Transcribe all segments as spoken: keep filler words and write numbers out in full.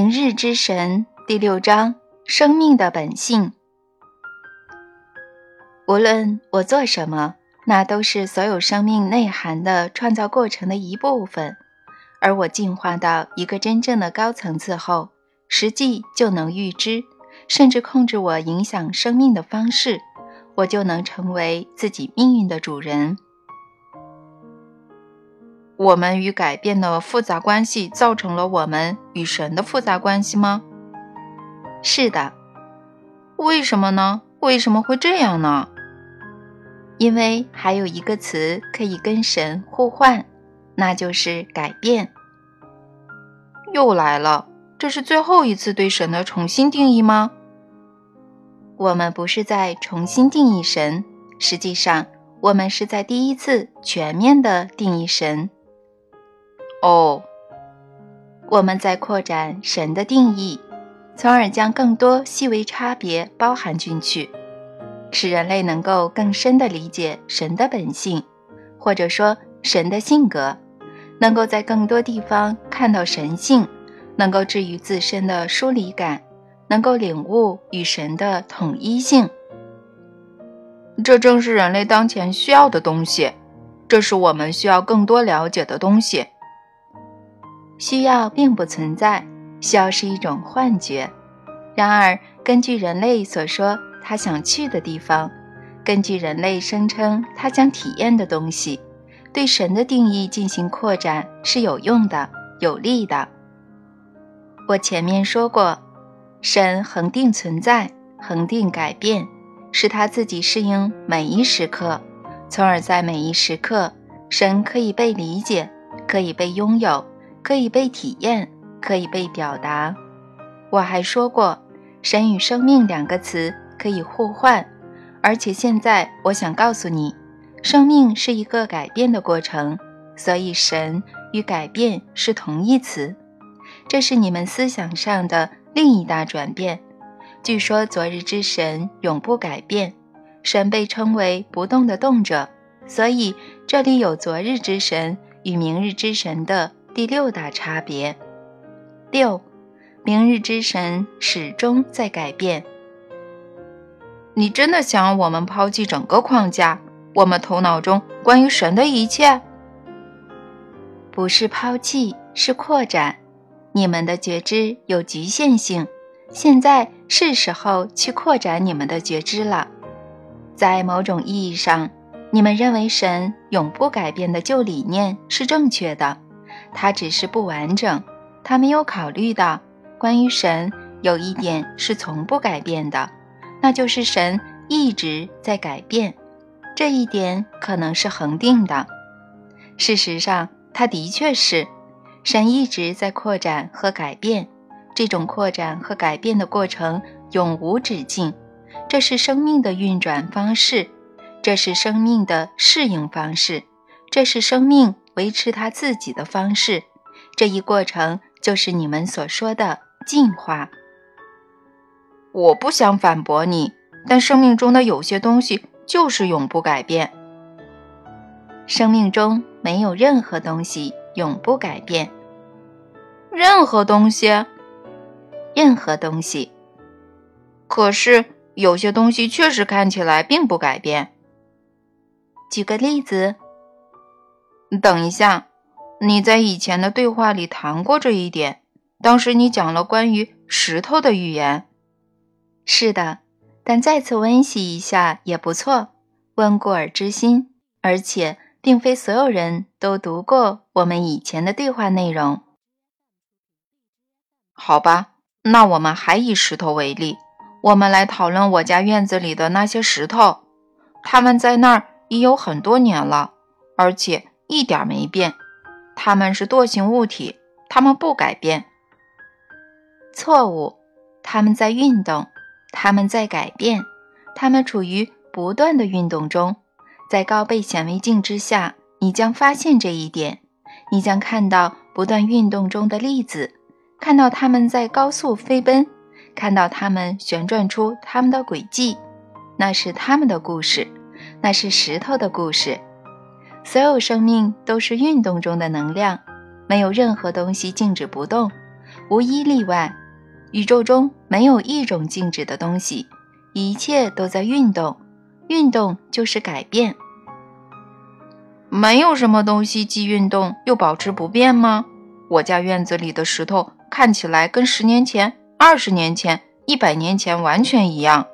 明日之神第六章，生命的本性。无论我做什么，那都是所有生命内涵的创造过程的一部分，而我进化到一个真正的高层次后，实际就能预知，甚至控制我影响生命的方式，我就能成为自己命运的主人。我们与改变的复杂关系造成了我们与神的复杂关系吗？是的。为什么呢？为什么会这样呢？因为还有一个词可以跟神互换，那就是改变。又来了，这是最后一次对神的重新定义吗？我们不是在重新定义神，实际上我们是在第一次全面地定义神。哦，我们在扩展神的定义，从而将更多细微差别包含进去，使人类能够更深地理解神的本性，或者说神的性格，能够在更多地方看到神性，能够治愈自身的疏离感，能够领悟与神的统一性。这正是人类当前需要的东西，这是我们需要更多了解的东西。需要并不存在，需要是一种幻觉。然而，根据人类所说他想去的地方，根据人类声称他想体验的东西，对神的定义进行扩展是有用的、有利的。我前面说过，神恒定存在，恒定改变，使他自己适应每一时刻，从而在每一时刻，神可以被理解，可以被拥有，可以被体验，可以被表达。我还说过，神与生命两个词可以互换，而且现在我想告诉你，生命是一个改变的过程，所以神与改变是同义词。这是你们思想上的另一大转变。据说昨日之神永不改变，神被称为不动的动者，所以这里有昨日之神与明日之神的第六大差别。六，明日之神始终在改变。你真的想我们抛弃整个框架，我们头脑中关于神的一切？不是抛弃，是扩展。你们的觉知有局限性，现在是时候去扩展你们的觉知了。在某种意义上，你们认为神永不改变的旧理念是正确的，它只是不完整，它没有考虑到关于神有一点是从不改变的，那就是神一直在改变，这一点可能是恒定的。事实上，它的确是，神一直在扩展和改变，这种扩展和改变的过程永无止境，这是生命的运转方式，这是生命的适应方式，这是生命维持它自己的方式，这一过程就是你们所说的进化。我不想反驳你，但生命中的有些东西就是永不改变。生命中没有任何东西永不改变。任何东西？任何东西。可是有些东西确实看起来并不改变。举个例子。等一下，你在以前的对话里谈过这一点，当时你讲了关于石头的预言。是的，但再次温习一下也不错，温故而知新，而且并非所有人都读过我们以前的对话内容。好吧，那我们还以石头为例，我们来讨论我家院子里的那些石头，它们在那儿已有很多年了，而且一点没变，它们是惰性物体，它们不改变。错误，它们在运动，它们在改变，它们处于不断的运动中。在高倍显微镜之下，你将发现这一点，你将看到不断运动中的粒子，看到它们在高速飞奔，看到它们旋转出它们的轨迹，那是它们的故事，那是石头的故事。所有生命都是运动中的能量，没有任何东西静止不动， 无一例外。宇宙中没有一种静止的东西，一切都在运动，运动就是改变。没有什么东西既运动又保持不变吗？我家院子里的石头看起来跟十年前、二十年前、一百年前完全一样。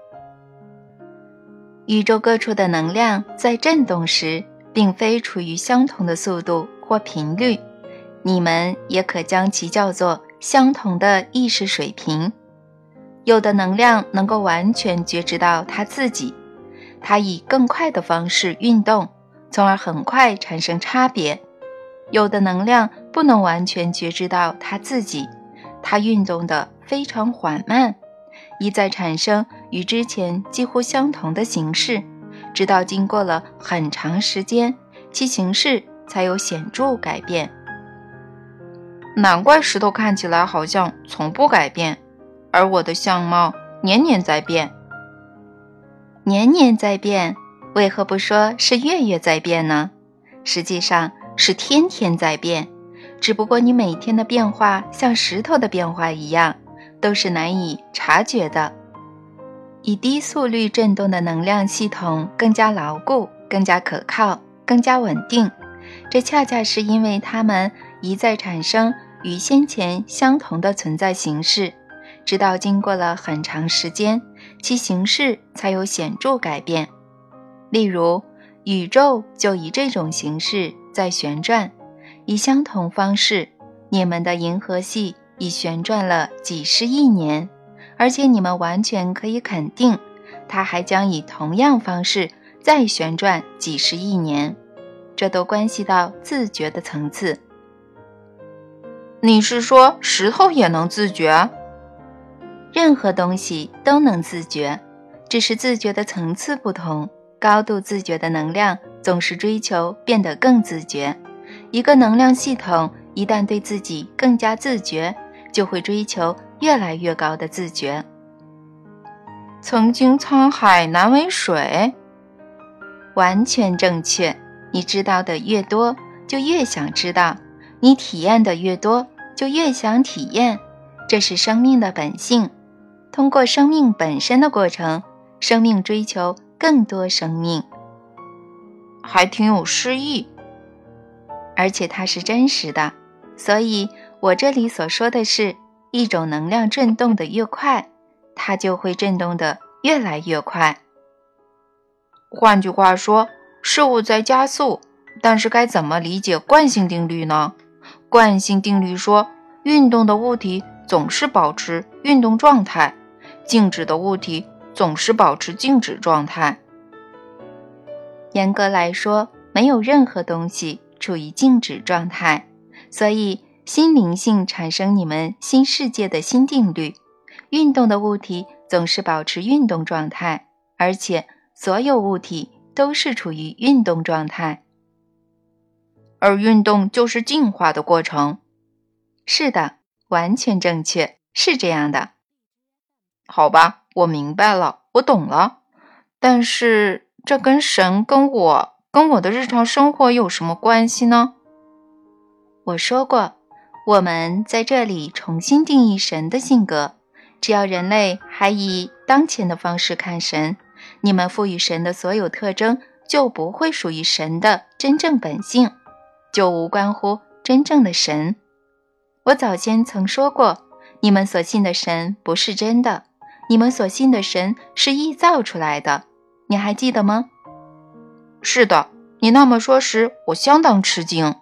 宇宙各处的能量在振动时，并非处于相同的速度或频率，你们也可将其叫做相同的意识水平。有的能量能够完全觉知到它自己，它以更快的方式运动，从而很快产生差别。有的能量不能完全觉知到它自己，它运动得非常缓慢，一再产生与之前几乎相同的形式，直到经过了很长时间，其形式才有显著改变。难怪石头看起来好像从不改变，而我的相貌年年在变。年年在变，为何不说是月月在变呢？实际上是天天在变，只不过你每天的变化像石头的变化一样，都是难以察觉的。以低速率振动的能量系统更加牢固，更加可靠，更加稳定，这恰恰是因为它们一再产生与先前相同的存在形式，直到经过了很长时间，其形式才有显著改变。例如，宇宙就以这种形式在旋转，以相同方式，你们的银河系已旋转了几十亿年，而且你们完全可以肯定，它还将以同样方式再旋转几十亿年，这都关系到自觉的层次。你是说石头也能自觉？任何东西都能自觉，只是自觉的层次不同。高度自觉的能量总是追求变得更自觉，一个能量系统一旦对自己更加自觉，就会追求越来越高的自觉。曾经沧海难为水，完全正确。你知道的越多，就越想知道；你体验的越多，就越想体验。这是生命的本性。通过生命本身的过程，生命追求更多生命，还挺有诗意，而且它是真实的。所以我这里所说的是，一种能量振动的越快，它就会振动的越来越快。换句话说，事物在加速，但是该怎么理解惯性定律呢？惯性定律说，运动的物体总是保持运动状态，静止的物体总是保持静止状态。严格来说，没有任何东西处于静止状态，所以新灵性产生你们新世界的新定律。运动的物体总是保持运动状态，而且所有物体都是处于运动状态。而运动就是进化的过程。是的，完全正确，是这样的。好吧，我明白了，我懂了。但是这跟神跟我跟我的日常生活有什么关系呢？我说过，我们在这里重新定义神的性格。只要人类还以当前的方式看神，你们赋予神的所有特征就不会属于神的真正本性，就无关乎真正的神。我早先曾说过，你们所信的神不是真的，你们所信的神是臆造出来的，你还记得吗？是的，你那么说时，我相当吃惊。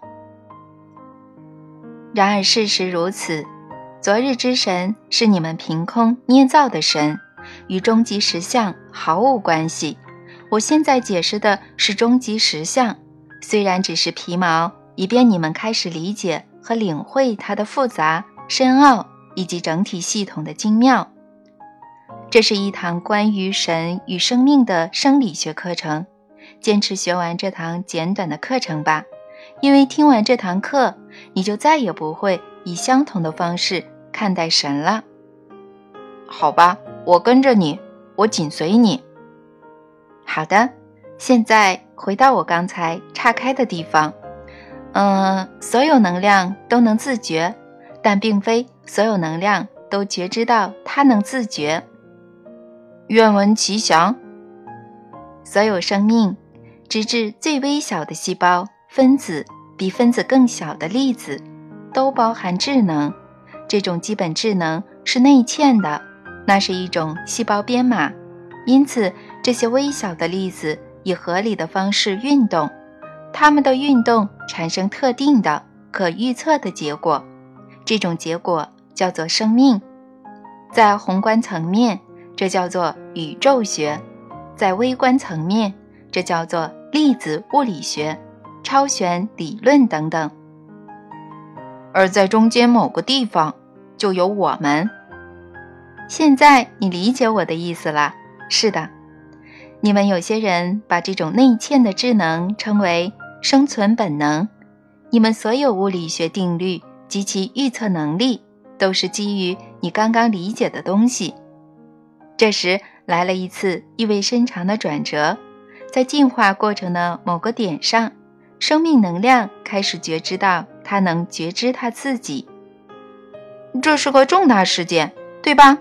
然而事实如此，昨日之神是你们凭空捏造的神，与终极实相毫无关系。我现在解释的是终极实相，虽然只是皮毛，以便你们开始理解和领会它的复杂、深奥以及整体系统的精妙。这是一堂关于神与生命的生理学课程，坚持学完这堂简短的课程吧，因为听完这堂课，你就再也不会以相同的方式看待神了。好吧，我跟着你，我紧随你。好的，现在回到我刚才岔开的地方。嗯，所有能量都能自觉， 但并非所有能量都觉知到它能自觉。愿闻其详。所有生命，直至最微小的细胞、分子，比分子更小的粒子，都包含智能。这种基本智能是内嵌的，那是一种细胞编码。因此，这些微小的粒子以合理的方式运动，它们的运动产生特定的、可预测的结果。这种结果叫做生命。在宏观层面，这叫做宇宙学；在微观层面，这叫做粒子物理学、超弦理论等等。而在中间某个地方，就有我们。现在你理解我的意思了。是的，你们有些人把这种内嵌的智能称为生存本能。你们所有物理学定律及其预测能力，都是基于你刚刚理解的东西。这时来了一次意味深长的转折，在进化过程的某个点上，生命能量开始觉知到它能觉知它自己。这是个重大事件，对吧？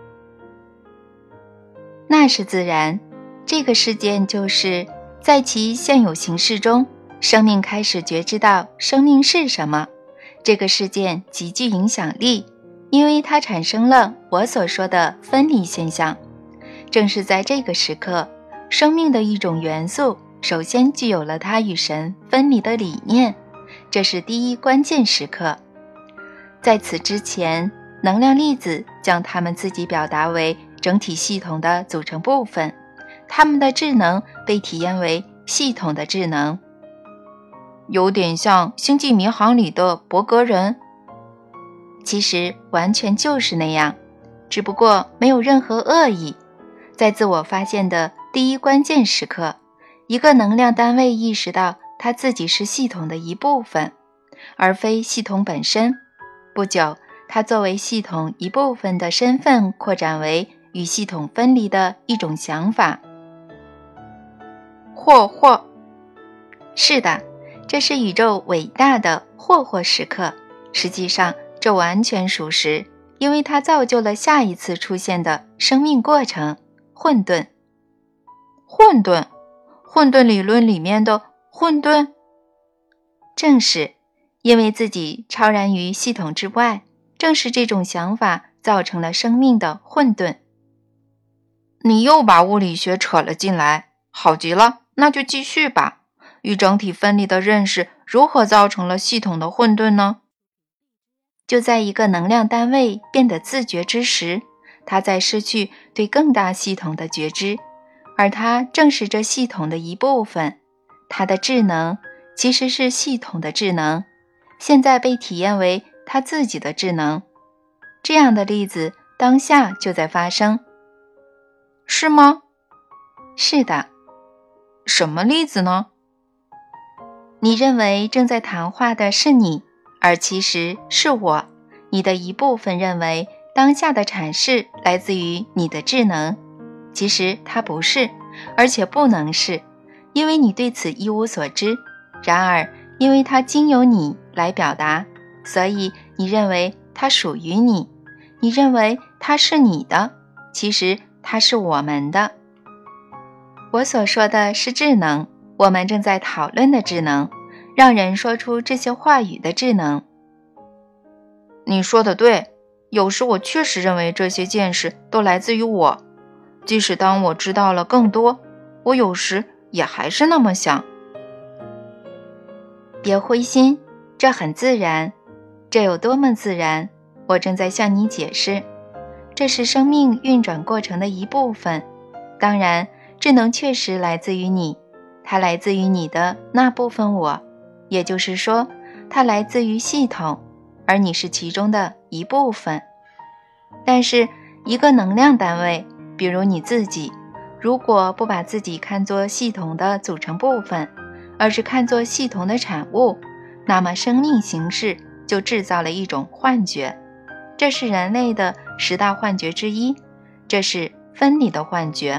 那是自然。这个事件就是在其现有形式中，生命开始觉知到生命是什么。这个事件极具影响力，因为它产生了我所说的分离现象。正是在这个时刻，生命的一种元素首先具有了它与神分离的理念，这是第一关键时刻。在此之前，能量粒子将它们自己表达为整体系统的组成部分，它们的智能被体验为系统的智能。有点像星际迷航里的伯格人。其实完全就是那样，只不过没有任何恶意。在自我发现的第一关键时刻，一个能量单位意识到它自己是系统的一部分，而非系统本身。不久，它作为系统一部分的身份扩展为与系统分离的一种想法。霍霍，是的，这是宇宙伟大的霍霍时刻。实际上，这完全属实，因为它造就了下一次出现的生命过程——混沌。混沌？混沌理论里面的混沌？正是，因为自己超然于系统之外，正是这种想法造成了生命的混沌。你又把物理学扯了进来，好极了，那就继续吧。与整体分离的认识如何造成了系统的混沌呢？就在一个能量单位变得自觉之时，它在失去对更大系统的觉知，而它正是这系统的一部分。它的智能其实是系统的智能，现在被体验为它自己的智能。这样的例子当下就在发生。是吗？是的。什么例子呢？你认为正在谈话的是你，而其实是我。你的一部分认为当下的阐释来自于你的智能，其实它不是，而且不能是，因为你对此一无所知。然而，因为它经由你来表达，所以你认为它属于你，你认为它是你的，其实它是我们的。我所说的是智能，我们正在讨论的智能，让人说出这些话语的智能。你说的对，有时我确实认为这些见识都来自于我，即使当我知道了更多，我有时也还是那么想。别灰心，这很自然。这有多么自然？我正在向你解释，这是生命运转过程的一部分。当然，智能确实来自于你，它来自于你的那部分我，也就是说，它来自于系统，而你是其中的一部分。但是，一个能量单位，比如你自己，如果不把自己看作系统的组成部分，而是看作系统的产物，那么生命形式就制造了一种幻觉。这是人类的十大幻觉之一，这是分离的幻觉。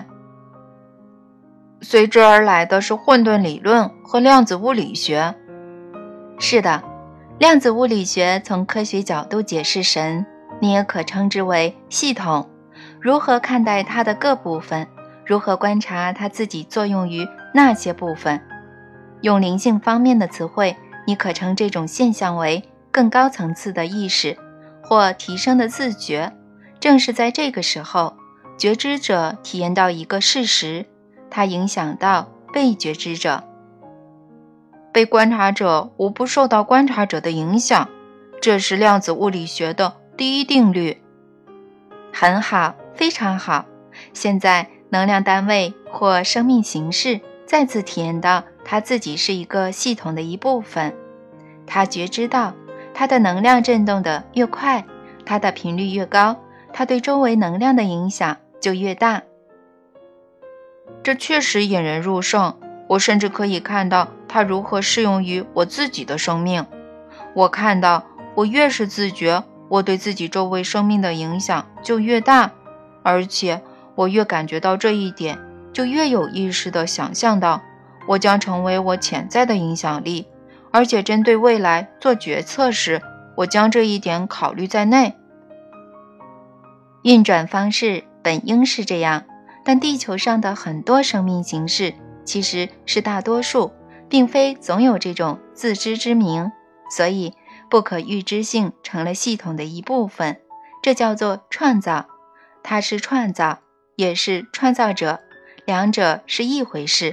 随之而来的是混沌理论和量子物理学。是的， 量子物理学从科学角度解释神，你也可称之为系统。如何看待它的各部分，如何观察它自己作用于那些部分。用灵性方面的词汇，你可称这种现象为更高层次的意识，或提升的自觉。正是在这个时候，觉知者体验到一个事实，它影响到被觉知者。被观察者无不受到观察者的影响，这是量子物理学的第一定律。很好，非常好。现在能量单位或生命形式再次体验到它自己是一个系统的一部分。它觉知到它的能量振动的越快，它的频率越高，它对周围能量的影响就越大。这确实引人入胜，我甚至可以看到它如何适用于我自己的生命。我看到我越是自觉，我对自己周围生命的影响就越大，而且我越感觉到这一点，就越有意识地想象到我将成为我潜在的影响力，而且针对未来做决策时，我将这一点考虑在内。运转方式本应是这样，但地球上的很多生命形式其实是大多数，并非总有这种自知之明，所以不可预知性成了系统的一部分，这叫做创造。它是创造，也是创造者，两者是一回事。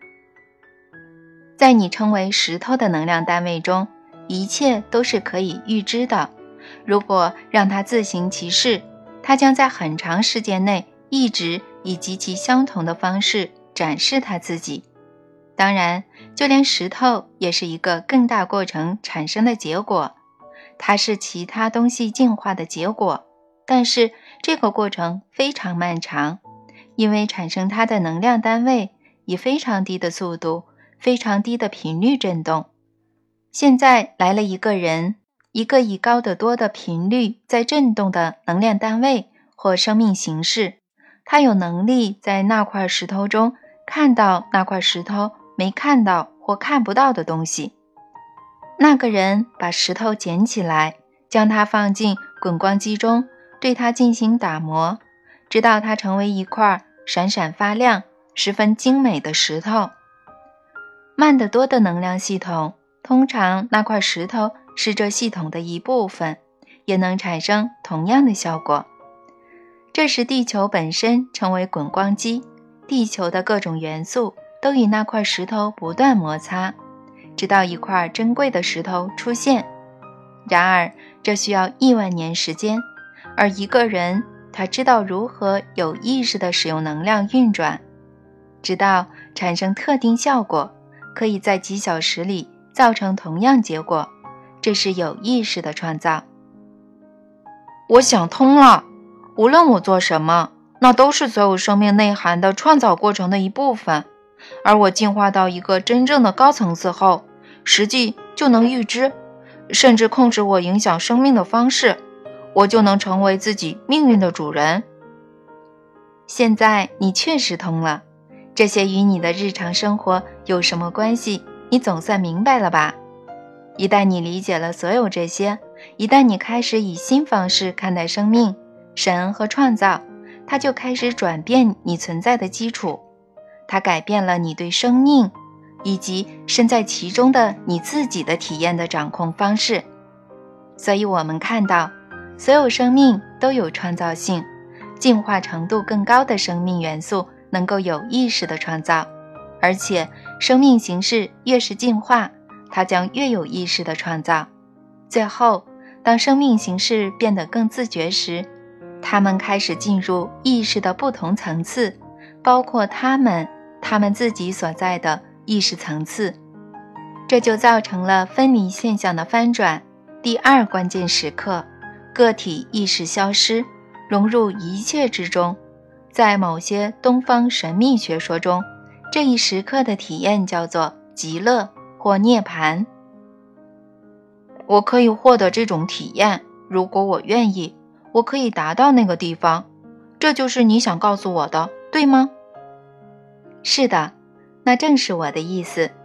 在你称为石头的能量单位中，一切都是可以预知的。如果让它自行其事，它将在很长时间内一直以极其相同的方式展示它自己。当然，就连石头也是一个更大过程产生的结果，它是其他东西进化的结果，但是这个过程非常漫长，因为产生它的能量单位以非常低的速度、非常低的频率振动。现在来了一个人，一个以高得多的频率在振动的能量单位或生命形式，他有能力在那块石头中看到那块石头没看到或看不到的东西。那个人把石头捡起来，将它放进滚光机中，对它进行打磨，直到它成为一块闪闪发亮、十分精美的石头。慢得多的能量系统，通常那块石头是这系统的一部分，也能产生同样的效果。这时地球本身成为滚光机，地球的各种元素都与那块石头不断摩擦，直到一块珍贵的石头出现。然而这需要亿万年时间，而一个人他知道如何有意识地使用能量运转，直到产生特定效果，可以在几小时里造成同样结果，这是有意识的创造。我想通了，无论我做什么，那都是所有生命内涵的创造过程的一部分，而我进化到一个真正的高层次后，实际就能预知，甚至控制我影响生命的方式，我就能成为自己命运的主人。现在你确实通了，这些与你的日常生活有什么关系，你总算明白了吧？一旦你理解了所有这些，一旦你开始以新方式看待生命、神和创造，它就开始转变你存在的基础，它改变了你对生命以及身在其中的你自己的体验的掌控方式。所以我们看到，所有生命都有创造性，进化程度更高的生命元素能够有意识地创造，而且生命形式越是进化，它将越有意识地创造。最后，当生命形式变得更自觉时，它们开始进入意识的不同层次，包括它们它们自己所在的意识层次。这就造成了分离现象的翻转。第二关键时刻，个体意识消失，融入一切之中。在某些东方神秘学说中，这一时刻的体验叫做极乐或涅槃。我可以获得这种体验，如果我愿意，我可以达到那个地方。这就是你想告诉我的，对吗？是的，那正是我的意思。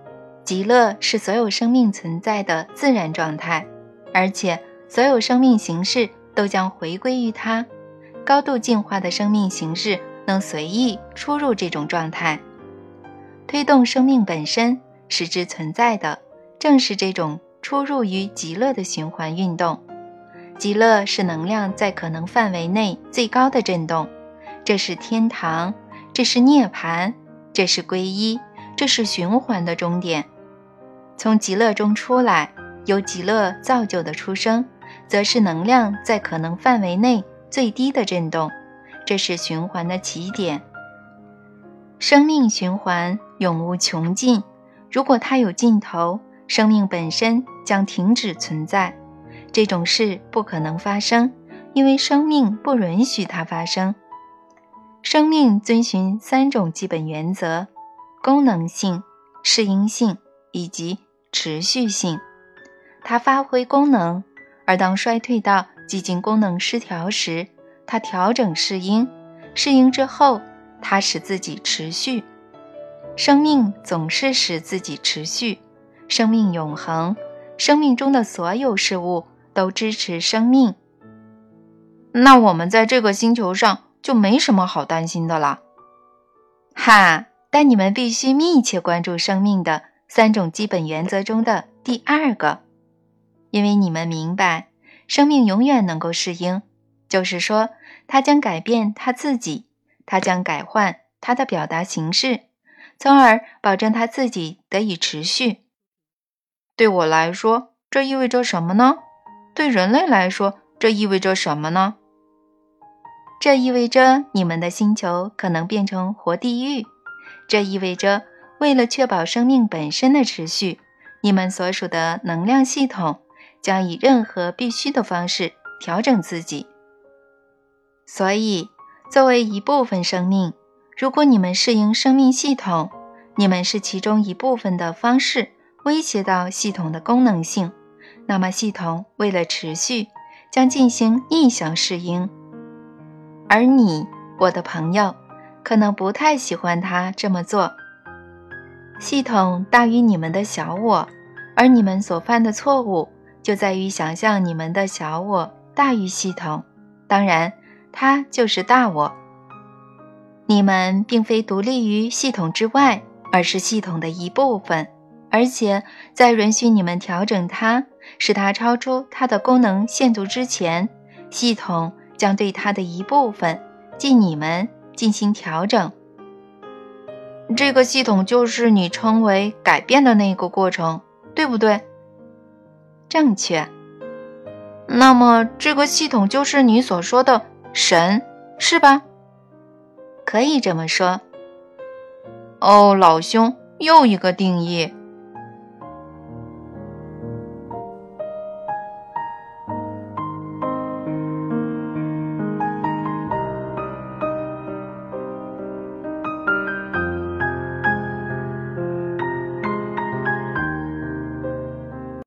极乐是所有生命存在的自然状态，而且所有生命形式都将回归于它。高度进化的生命形式能随意出入这种状态。推动生命本身使之存在的，正是这种出入于极乐的循环运动。极乐是能量在可能范围内最高的振动，这是天堂，这是涅槃，这是皈依，这是循环的终点。从极乐中出来，由极乐造就的出生，则是能量在可能范围内最低的振动，这是循环的起点。生命循环永无穷尽，如果它有尽头，生命本身将停止存在。这种事不可能发生，因为生命不允许它发生。生命遵循三种基本原则：功能性、适应性以及持续性。它发挥功能，而当衰退到几近功能失调时，它调整适应，适应之后，它使自己持续。生命总是使自己持续，生命永恒，生命中的所有事物都支持生命。那我们在这个星球上就没什么好担心的了。哈，但你们必须密切关注生命的三种基本原则中的第二个，因为你们明白，生命永远能够适应，就是说，它将改变它自己，它将改换它的表达形式，从而保证它自己得以持续。对我来说，这意味着什么呢？对人类来说，这意味着什么呢？这意味着你们的星球可能变成活地狱，这意味着为了确保生命本身的持续，你们所属的能量系统将以任何必须的方式调整自己。所以，作为一部分生命，如果你们适应生命系统，你们是其中一部分的方式威胁到系统的功能性，那么系统为了持续，将进行逆向适应。而你，我的朋友，可能不太喜欢它这么做。系统大于你们的小我，而你们所犯的错误就在于想象你们的小我大于系统，当然，它就是大我。你们并非独立于系统之外，而是系统的一部分，而且在允许你们调整它，使它超出它的功能限度之前，系统将对它的一部分，即你们进行调整。这个系统就是你称为改变的那个过程，对不对？正确。那么这个系统就是你所说的神，是吧？可以这么说。哦，老兄，又一个定义。